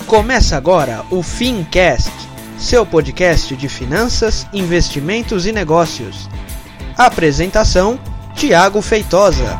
Começa agora o Fincast, seu podcast de finanças, investimentos e negócios. Apresentação: Thiago Feitosa.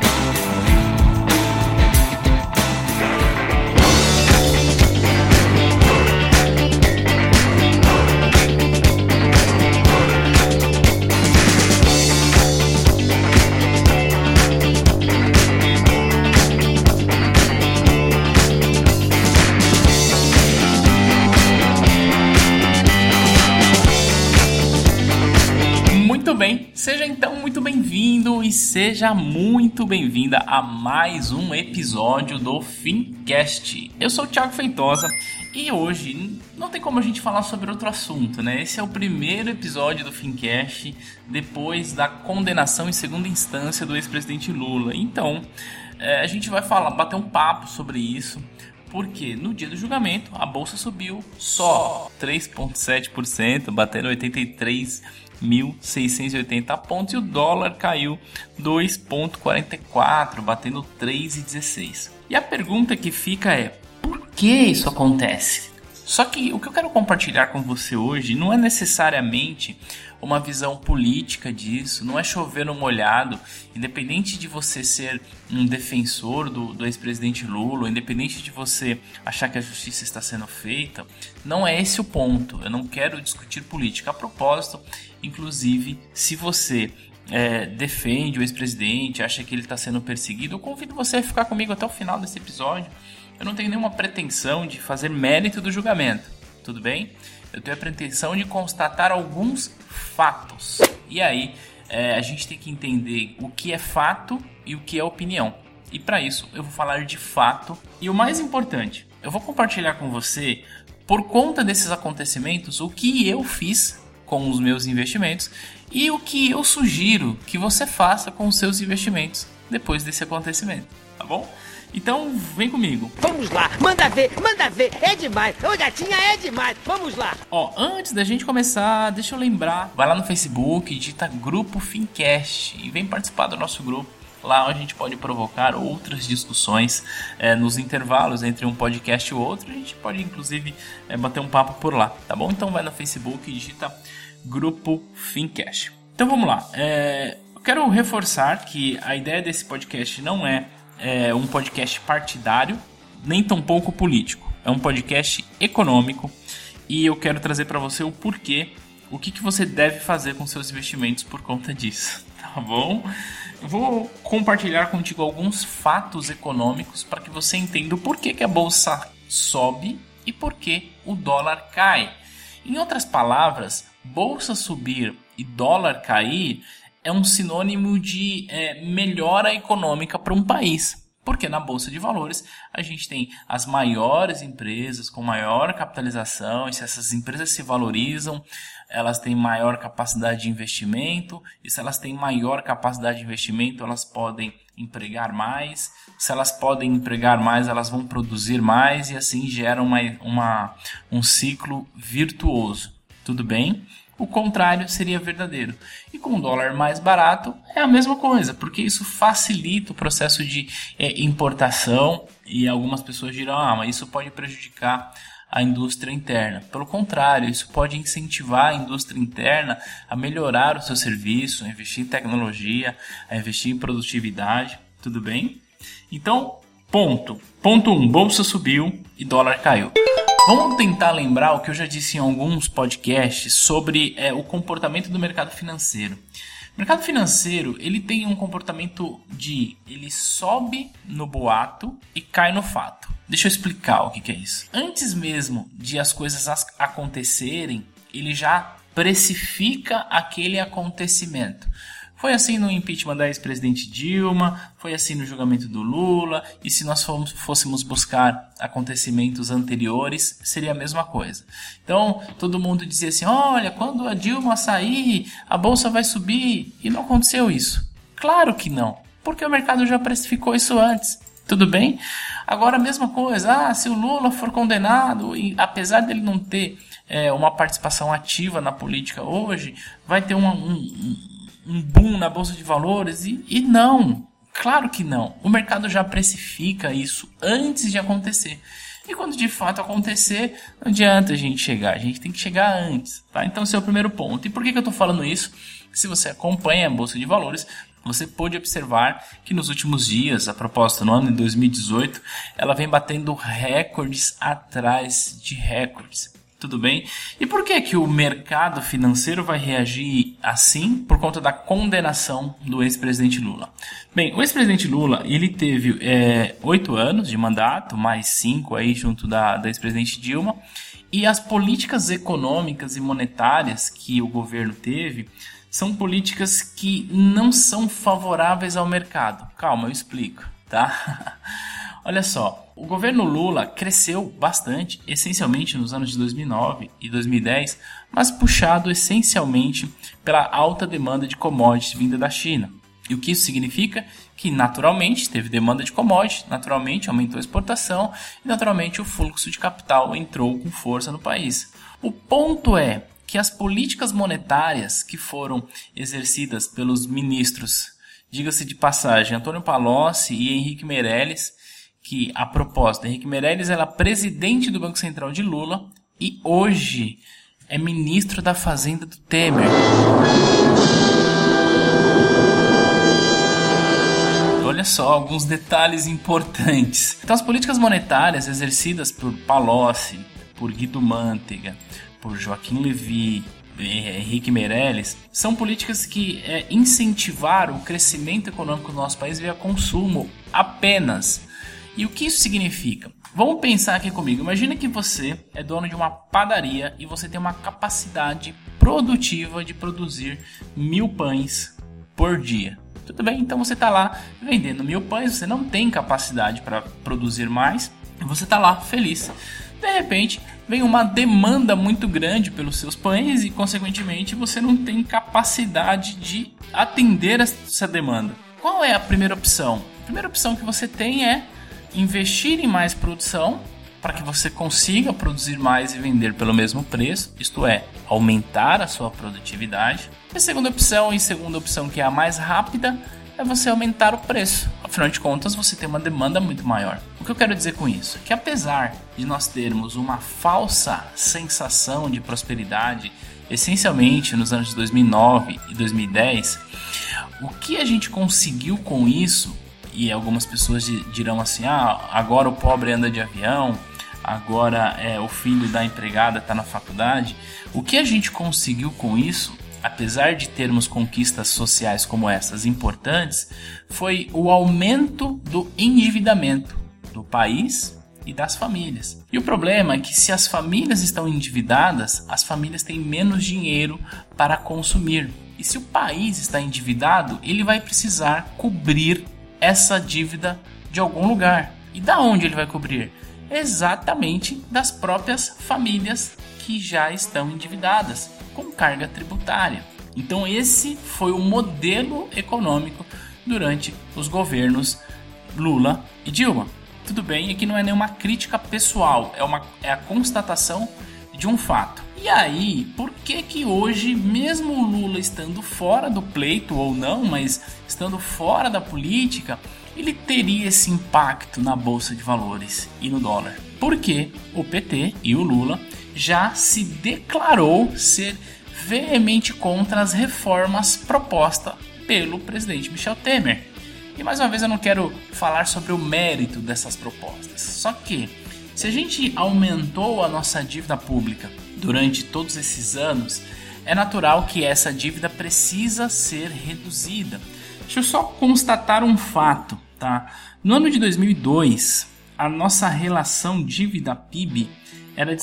Seja então muito bem-vindo e seja muito bem-vinda a mais um episódio do Fincast. Eu sou o Thiago Feitosa e hoje não tem como a gente falar sobre outro assunto, né? Esse é o primeiro episódio do Fincast depois da condenação em segunda instância do ex-presidente Lula. Então, a gente vai bater um papo sobre isso. Porque no dia do julgamento a bolsa subiu só 3,7%, batendo 83.680 pontos, e o dólar caiu 2,44%, batendo 3,16%. E a pergunta que fica é: por que isso acontece? Só que o que eu quero compartilhar com você hoje não é necessariamente uma visão política disso, não é chover no molhado. Independente de você ser um defensor do ex-presidente Lula, independente de você achar que a justiça está sendo feita, não é esse o ponto. Eu não quero discutir política. A propósito, inclusive, se você defende o ex-presidente, acha que ele está sendo perseguido, eu convido você a ficar comigo até o final desse episódio. Eu não tenho nenhuma pretensão de fazer mérito do julgamento, tudo bem? Eu tenho a pretensão de constatar alguns fatos. E aí, a gente tem que entender o que é fato e o que é opinião. E para isso, eu vou falar de fato. E o mais importante, eu vou compartilhar com você, por conta desses acontecimentos, o que eu fiz com os meus investimentos e o que eu sugiro que você faça com os seus investimentos depois desse acontecimento, tá bom? Então, vem comigo. Vamos lá, manda ver, é demais. Ô, gatinha, é demais, vamos lá. Antes da gente começar, deixa eu lembrar. Vai lá no Facebook, digita Grupo Fincast e vem participar do nosso grupo. Lá a gente pode provocar outras discussões nos intervalos entre um podcast e o outro. A gente pode, inclusive, bater um papo por lá, tá bom? Então vai no Facebook e digita Grupo Fincast. Então vamos lá. Eu quero reforçar que a ideia desse podcast não é um podcast partidário, nem tampouco político. É um podcast econômico e eu quero trazer para você o porquê, o que você deve fazer com seus investimentos por conta disso, tá bom? Eu vou compartilhar contigo alguns fatos econômicos para que você entenda o porquê que a bolsa sobe e porquê o dólar cai. Em outras palavras, bolsa subir e dólar cair é um sinônimo de melhora econômica para um país. Porque na Bolsa de Valores a gente tem as maiores empresas com maior capitalização, e se essas empresas se valorizam, elas têm maior capacidade de investimento, e se elas têm maior capacidade de investimento, elas podem empregar mais, se elas podem empregar mais, elas vão produzir mais, e assim gera um ciclo virtuoso. Tudo bem? O contrário seria verdadeiro. E com o dólar mais barato é a mesma coisa, porque isso facilita o processo de importação, e algumas pessoas dirão: mas isso pode prejudicar a indústria interna. Pelo contrário, isso pode incentivar a indústria interna a melhorar o seu serviço, a investir em tecnologia, a investir em produtividade. Tudo bem? Então, ponto 1, bolsa subiu e dólar caiu. Vamos tentar lembrar o que eu já disse em alguns podcasts sobre o comportamento do mercado financeiro. O mercado financeiro, ele tem um comportamento ele sobe no boato e cai no fato. Deixa eu explicar o que é isso. Antes mesmo de as coisas acontecerem, ele já precifica aquele acontecimento. Foi assim no impeachment da ex-presidente Dilma, foi assim no julgamento do Lula, e se nós fôssemos buscar acontecimentos anteriores, seria a mesma coisa. Então, todo mundo dizia assim: olha, quando a Dilma sair, a bolsa vai subir, e não aconteceu isso. Claro que não, porque o mercado já precificou isso antes. Tudo bem? Agora a mesma coisa, se o Lula for condenado, e apesar dele não ter uma participação ativa na política hoje, vai ter um boom na Bolsa de Valores, e não, claro que não. O mercado já precifica isso antes de acontecer. E quando de fato acontecer, não adianta a gente chegar, a gente tem que chegar antes, tá? Então esse é o primeiro ponto. E por que eu estou falando isso? Se você acompanha a Bolsa de Valores, você pode observar que nos últimos dias, a propósito, no ano de 2018, ela vem batendo recordes atrás de recordes. Tudo bem? E por que o mercado financeiro vai reagir assim? Por conta da condenação do ex-presidente Lula. Bem, o ex-presidente Lula, ele teve 8 anos de mandato, mais 5 aí junto da ex-presidente Dilma, e as políticas econômicas e monetárias que o governo teve são políticas que não são favoráveis ao mercado. Calma, eu explico, tá? Olha só, o governo Lula cresceu bastante, essencialmente nos anos de 2009 e 2010, mas puxado essencialmente pela alta demanda de commodities vinda da China. E o que isso significa? Que naturalmente teve demanda de commodities, naturalmente aumentou a exportação e naturalmente o fluxo de capital entrou com força no país. O ponto é que as políticas monetárias que foram exercidas pelos ministros, diga-se de passagem, Antônio Palocci e Henrique Meirelles, que a propósito, Henrique Meirelles era presidente do Banco Central de Lula e hoje é ministro da Fazenda do Temer. Olha só, alguns detalhes importantes. Então as políticas monetárias exercidas por Palocci, por Guido Mantega, por Joaquim Levy, Henrique Meirelles, são políticas que incentivaram o crescimento econômico do nosso país via consumo apenas. E o que isso significa? Vamos pensar aqui comigo. Imagina que você é dono de uma padaria e você tem uma capacidade produtiva de produzir 1000 pães por dia. Tudo bem? Então você está lá vendendo 1000 pães, você não tem capacidade para produzir mais e você está lá feliz. De repente, vem uma demanda muito grande pelos seus pães e, consequentemente, você não tem capacidade de atender essa demanda. Qual é a primeira opção? A primeira opção que você tem é investir em mais produção para que você consiga produzir mais e vender pelo mesmo preço, isto é, aumentar a sua produtividade. E a segunda opção, que é a mais rápida, é você aumentar o preço. Afinal de contas, você tem uma demanda muito maior. O que eu quero dizer com isso? Que apesar de nós termos uma falsa sensação de prosperidade, essencialmente nos anos de 2009 e 2010, o que a gente conseguiu com isso, e algumas pessoas dirão assim, agora o pobre anda de avião, agora o filho da empregada está na faculdade. O que a gente conseguiu com isso, apesar de termos conquistas sociais como essas importantes, foi o aumento do endividamento do país e das famílias. E o problema é que se as famílias estão endividadas, as famílias têm menos dinheiro para consumir. E se o país está endividado, ele vai precisar cobrir essa dívida de algum lugar. E da onde ele vai cobrir? Exatamente das próprias famílias que já estão endividadas, com carga tributária. Então esse foi o modelo econômico durante os governos Lula e Dilma. Tudo bem, aqui não é nenhuma crítica pessoal, é a constatação de um fato. E aí, por que hoje, mesmo o Lula estando fora do pleito ou não, mas estando fora da política, ele teria esse impacto na Bolsa de Valores e no dólar? Porque o PT e o Lula já se declarou ser veemente contra as reformas propostas pelo presidente Michel Temer. E mais uma vez eu não quero falar sobre o mérito dessas propostas, só que se a gente aumentou a nossa dívida pública durante todos esses anos, é natural que essa dívida precisa ser reduzida. Deixa eu só constatar um fato, tá? No ano de 2002, a nossa relação dívida-PIB era de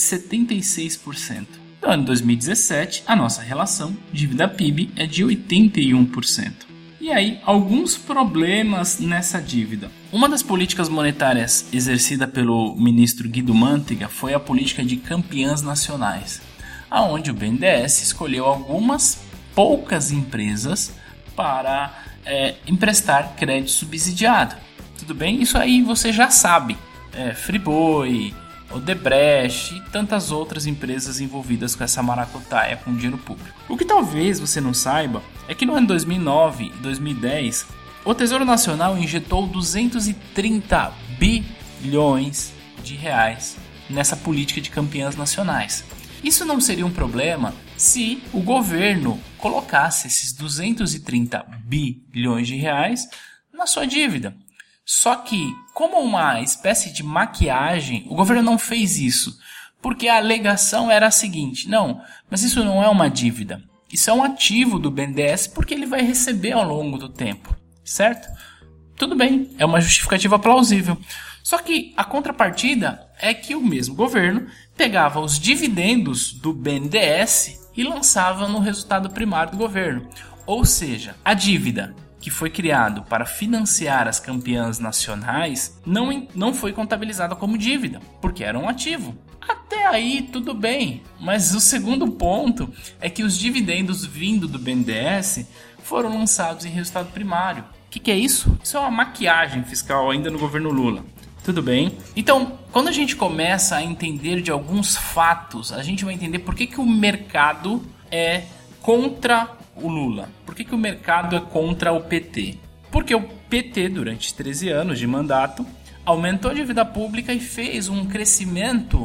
76%. No ano de 2017, a nossa relação dívida-PIB é de 81%. E aí, alguns problemas nessa dívida. Uma das políticas monetárias exercida pelo ministro Guido Mantega foi a política de campeãs nacionais, onde o BNDES escolheu algumas poucas empresas para emprestar crédito subsidiado. Tudo bem? Isso aí você já sabe. Friboi, Odebrecht e tantas outras empresas envolvidas com essa maracutaia com dinheiro público. O que talvez você não saiba é que no ano 2009 e 2010 o Tesouro Nacional injetou 230 bilhões de reais nessa política de campeãs nacionais. Isso não seria um problema se o governo colocasse esses 230 bilhões de reais na sua dívida. Só que, como uma espécie de maquiagem, o governo não fez isso, porque a alegação era a seguinte: não, mas isso não é uma dívida, isso é um ativo do BNDES porque ele vai receber ao longo do tempo, certo? Tudo bem, é uma justificativa plausível. Só que a contrapartida é que o mesmo governo pegava os dividendos do BNDES e lançava no resultado primário do governo. Ou seja, a dívida que foi criado para financiar as campeãs nacionais não foi contabilizada como dívida, porque era um ativo. Até aí tudo bem, mas o segundo ponto é que os dividendos vindo do BNDES foram lançados em resultado primário. O que é isso? Isso é uma maquiagem fiscal ainda no governo Lula. Tudo bem? Então, quando a gente começa a entender de alguns fatos, a gente vai entender por que o mercado é contra o Lula. Por que o mercado é contra o PT? Porque o PT, durante 13 anos de mandato, aumentou a dívida pública e fez um crescimento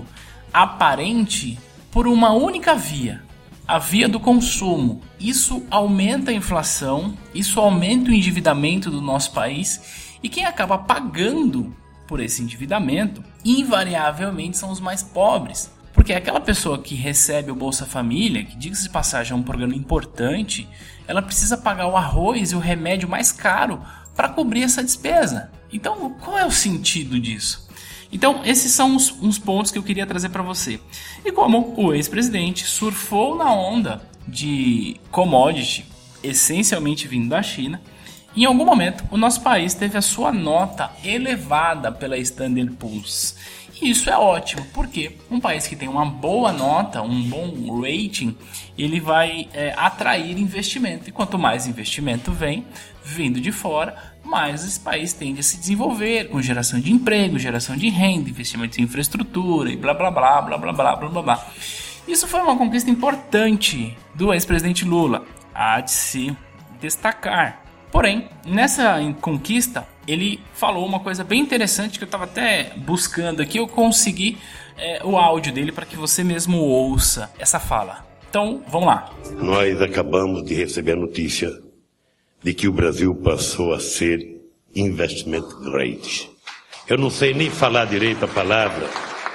aparente por uma única via, a via do consumo. Isso aumenta a inflação, isso aumenta o endividamento do nosso país, e quem acaba pagando por esse endividamento, invariavelmente são os mais pobres. Porque aquela pessoa que recebe o Bolsa Família, que, diga-se de passagem, é um programa importante, ela precisa pagar o arroz e o remédio mais caro para cobrir essa despesa. Então, qual é o sentido disso? Então, esses são uns pontos que eu queria trazer para você. E como o ex-presidente surfou na onda de commodity, essencialmente vindo da China, em algum momento o nosso país teve a sua nota elevada pela Standard & Poor's. E isso é ótimo, porque um país que tem uma boa nota, um bom rating, ele vai atrair investimento. E quanto mais investimento vem, vindo de fora, mais esse país tende a se desenvolver, com geração de emprego, geração de renda, investimento em infraestrutura e blá blá blá blá blá blá blá blá blá. Isso foi uma conquista importante do ex-presidente Lula, há de se destacar. Porém, nessa conquista, ele falou uma coisa bem interessante que eu estava até buscando aqui. Eu consegui o áudio dele para que você mesmo ouça essa fala. Então, vamos lá. Nós acabamos de receber a notícia de que o Brasil passou a ser investment grade. Eu não sei nem falar direito a palavra,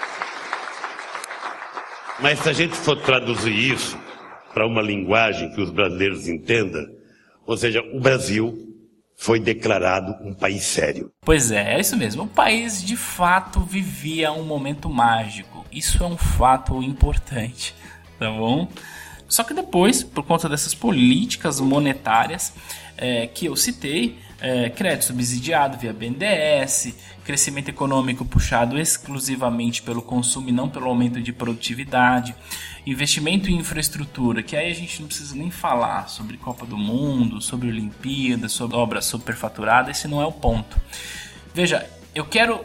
mas se a gente for traduzir isso para uma linguagem que os brasileiros entendam, ou seja, o Brasil foi declarado um país sério. Pois é isso mesmo. O país, de fato, vivia um momento mágico. Isso é um fato importante, tá bom? Só que depois, por conta dessas políticas monetárias que eu citei, crédito subsidiado via BNDES, crescimento econômico puxado exclusivamente pelo consumo e não pelo aumento de produtividade, investimento em infraestrutura, que aí a gente não precisa nem falar sobre Copa do Mundo, sobre Olimpíadas, sobre obras superfaturadas, esse não é o ponto. Veja, eu quero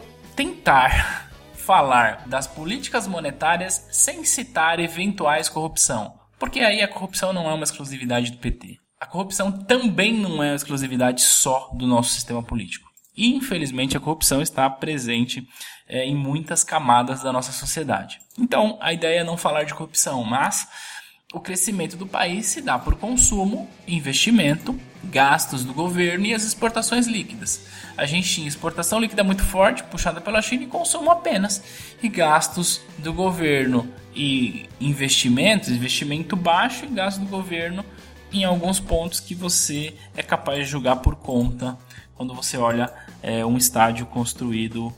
tentar falar das políticas monetárias sem citar eventuais corrupção, porque aí a corrupção não é uma exclusividade do PT. A corrupção também não é uma exclusividade só do nosso sistema político. E, infelizmente, a corrupção está presente em muitas camadas da nossa sociedade. Então, a ideia é não falar de corrupção, mas o crescimento do país se dá por consumo, investimento, gastos do governo e as exportações líquidas. A gente tinha exportação líquida muito forte, puxada pela China, e consumo apenas. E gastos do governo e investimento baixo, e gastos do governo em alguns pontos que você é capaz de julgar por conta quando você olha um estádio construído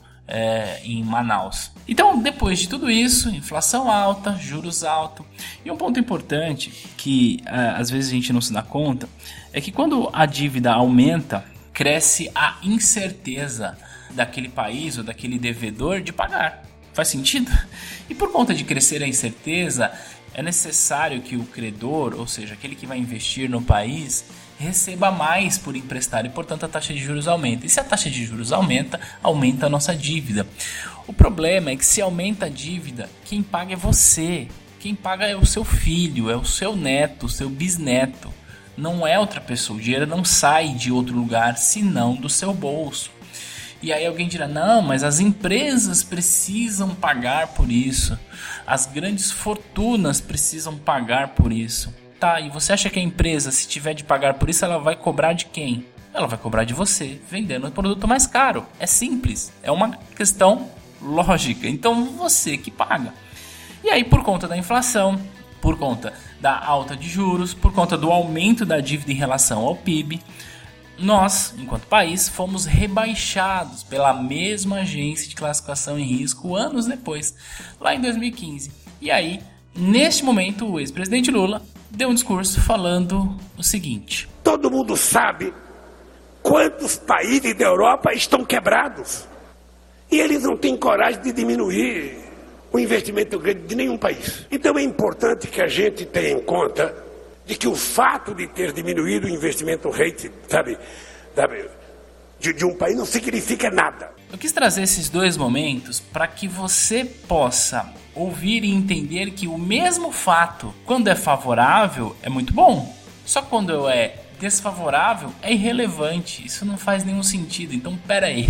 em Manaus. Então, depois de tudo isso, inflação alta, juros altos, e um ponto importante que às vezes a gente não se dá conta, é que quando a dívida aumenta, cresce a incerteza daquele país ou daquele devedor de pagar. Faz sentido? E por conta de crescer a incerteza, é necessário que o credor, ou seja, aquele que vai investir no país, receba mais por emprestar e, portanto, a taxa de juros aumenta. E se a taxa de juros aumenta, aumenta a nossa dívida. O problema é que se aumenta a dívida, quem paga é você. Quem paga é o seu filho, é o seu neto, o seu bisneto. Não é outra pessoa. O dinheiro não sai de outro lugar senão do seu bolso. E aí alguém dirá, não, mas as empresas precisam pagar por isso. As grandes fortunas precisam pagar por isso. Tá, e você acha que a empresa, se tiver de pagar por isso, ela vai cobrar de quem? Ela vai cobrar de você, vendendo um produto mais caro. É simples, é uma questão lógica. Então você que paga. E aí, por conta da inflação, por conta da alta de juros, por conta do aumento da dívida em relação ao PIB, nós, enquanto país, fomos rebaixados pela mesma agência de classificação em risco anos depois, lá em 2015. E aí, neste momento, o ex-presidente Lula deu um discurso falando o seguinte: todo mundo sabe quantos países da Europa estão quebrados e eles não têm coragem de diminuir o investimento grande de nenhum país. Então é importante que a gente tenha em conta de que o fato de ter diminuído o investimento rate, de um país não significa nada. Eu quis trazer esses dois momentos para que você possa ouvir e entender que o mesmo fato, quando é favorável, é muito bom. Só quando é desfavorável, é irrelevante. Isso não faz nenhum sentido. Então, pera aí.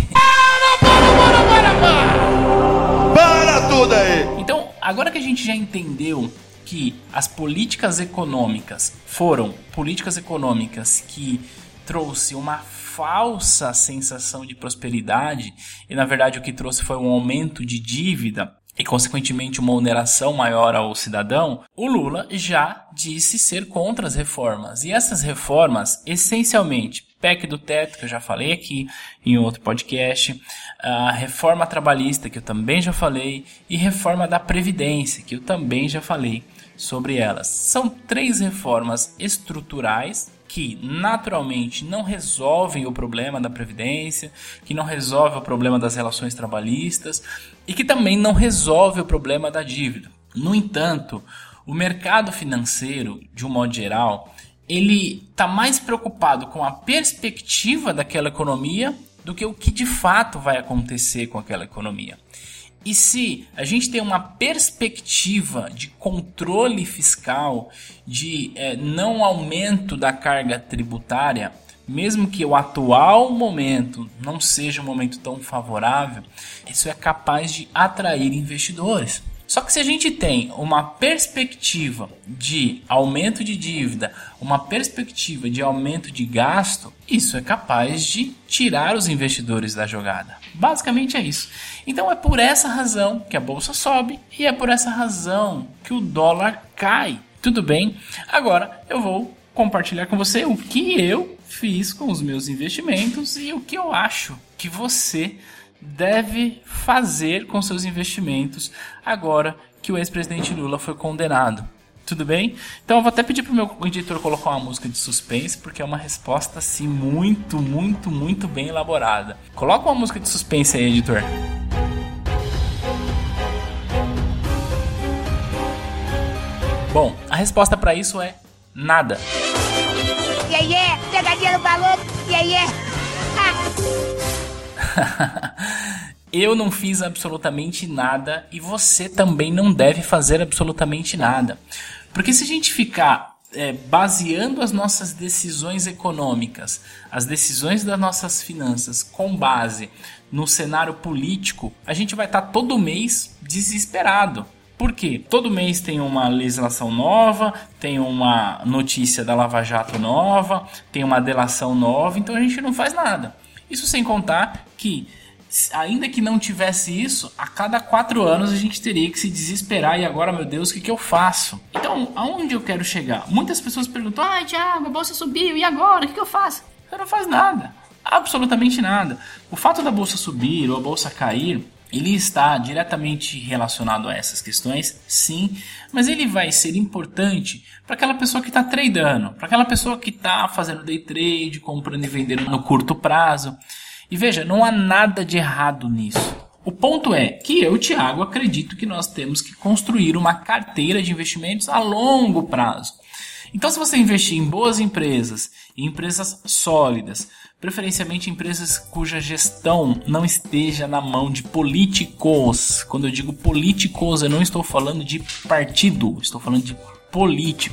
Para tudo aí! Então, agora que a gente já entendeu que as políticas econômicas foram políticas econômicas que trouxe uma falsa sensação de prosperidade e na verdade o que trouxe foi um aumento de dívida e consequentemente uma oneração maior ao cidadão, o Lula já disse ser contra as reformas. E essas reformas, essencialmente, PEC do teto, que eu já falei aqui em outro podcast, a reforma trabalhista, que eu também já falei, e reforma da Previdência, que eu também já falei sobre elas. São 3 reformas estruturais que naturalmente não resolvem o problema da Previdência, que não resolve o problema das relações trabalhistas e que também não resolve o problema da dívida. No entanto, o mercado financeiro, de um modo geral, ele está mais preocupado com a perspectiva daquela economia do que o que de fato vai acontecer com aquela economia. E se a gente tem uma perspectiva de controle fiscal, de não aumento da carga tributária, mesmo que o atual momento não seja um momento tão favorável, isso é capaz de atrair investidores. Só que se a gente tem uma perspectiva de aumento de dívida, uma perspectiva de aumento de gasto, isso é capaz de tirar os investidores da jogada. Basicamente é isso. Então é por essa razão que a bolsa sobe e é por essa razão que o dólar cai. Tudo bem? Agora eu vou compartilhar com você o que eu fiz com os meus investimentos e o que eu acho que você deve fazer com seus investimentos agora que o ex-presidente Lula foi condenado. Tudo bem? Então eu vou até pedir pro meu editor colocar uma música de suspense, porque é uma resposta assim muito bem elaborada. Coloca uma música de suspense aí, editor. Bom, a resposta para isso é nada. Pegadinha no balão, Eu não fiz absolutamente nada e você também não deve fazer absolutamente nada. Porque se a gente ficar baseando as nossas decisões econômicas, as decisões das nossas finanças com base no cenário político, a gente vai estar todo mês desesperado. Por quê? Todo mês tem uma legislação nova, tem uma notícia da Lava Jato nova, tem uma delação nova, então a gente não faz nada. Isso sem contar que, ainda que não tivesse isso, a cada 4 anos a gente teria que se desesperar. E agora, meu Deus, o que eu faço? Então, aonde eu quero chegar? Muitas pessoas perguntam, Thiago, a bolsa subiu, e agora? O que eu faço? Você não faz nada, absolutamente nada. O fato da bolsa subir ou a bolsa cair, ele está diretamente relacionado a essas questões, sim, mas ele vai ser importante para aquela pessoa que está tradando, para aquela pessoa que está fazendo day trade, comprando e vendendo no curto prazo. E veja, não há nada de errado nisso. O ponto é que eu, Thiago, acredito que nós temos que construir uma carteira de investimentos a longo prazo. Então, se você investir em boas empresas, em empresas sólidas, preferencialmente empresas cuja gestão não esteja na mão de políticos. Quando eu digo políticos, eu não estou falando de partido, estou falando de políticos.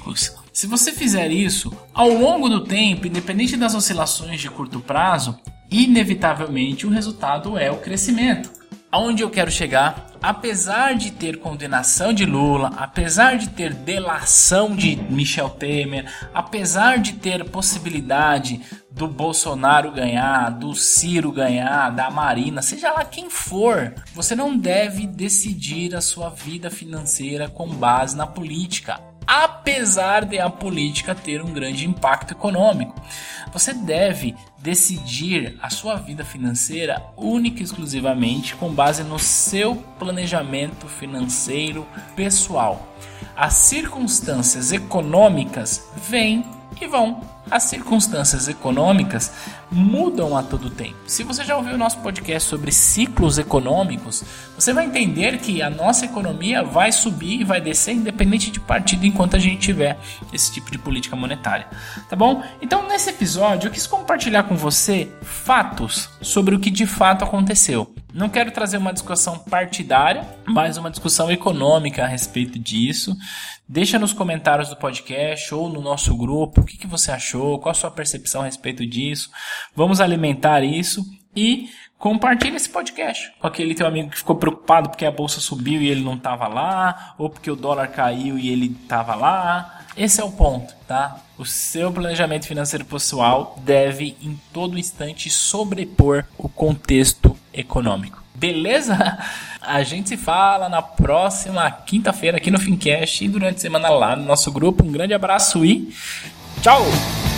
Se você fizer isso, ao longo do tempo, independente das oscilações de curto prazo, inevitavelmente o resultado é o crescimento. Aonde eu quero chegar? Apesar de ter condenação de Lula, apesar de ter delação de Michel Temer, apesar de ter possibilidade do Bolsonaro ganhar, do Ciro ganhar, da Marina, seja lá quem for, você não deve decidir a sua vida financeira com base na política. Apesar de a política ter um grande impacto econômico, você deve decidir a sua vida financeira única e exclusivamente com base no seu planejamento financeiro pessoal. As circunstâncias econômicas vêm e vão. As circunstâncias econômicas mudam a todo tempo. Se você já ouviu o nosso podcast sobre ciclos econômicos, você vai entender que a nossa economia vai subir e vai descer independente de partido enquanto a gente tiver esse tipo de política monetária. Tá bom? Então, nesse episódio, eu quis compartilhar com você fatos sobre o que de fato aconteceu. Não quero trazer uma discussão partidária, mas uma discussão econômica a respeito disso. Deixa nos comentários do podcast ou no nosso grupo o que você achou, qual a sua percepção a respeito disso. Vamos alimentar isso e compartilha esse podcast com aquele teu amigo que ficou preocupado porque a bolsa subiu e ele não estava lá, ou porque o dólar caiu e ele estava lá. Esse é o ponto, tá? O seu planejamento financeiro pessoal deve em todo instante sobrepor o contexto econômico. Beleza? A gente se fala na próxima quinta-feira aqui no Fincast e durante a semana lá no nosso grupo. Um grande abraço e tchau!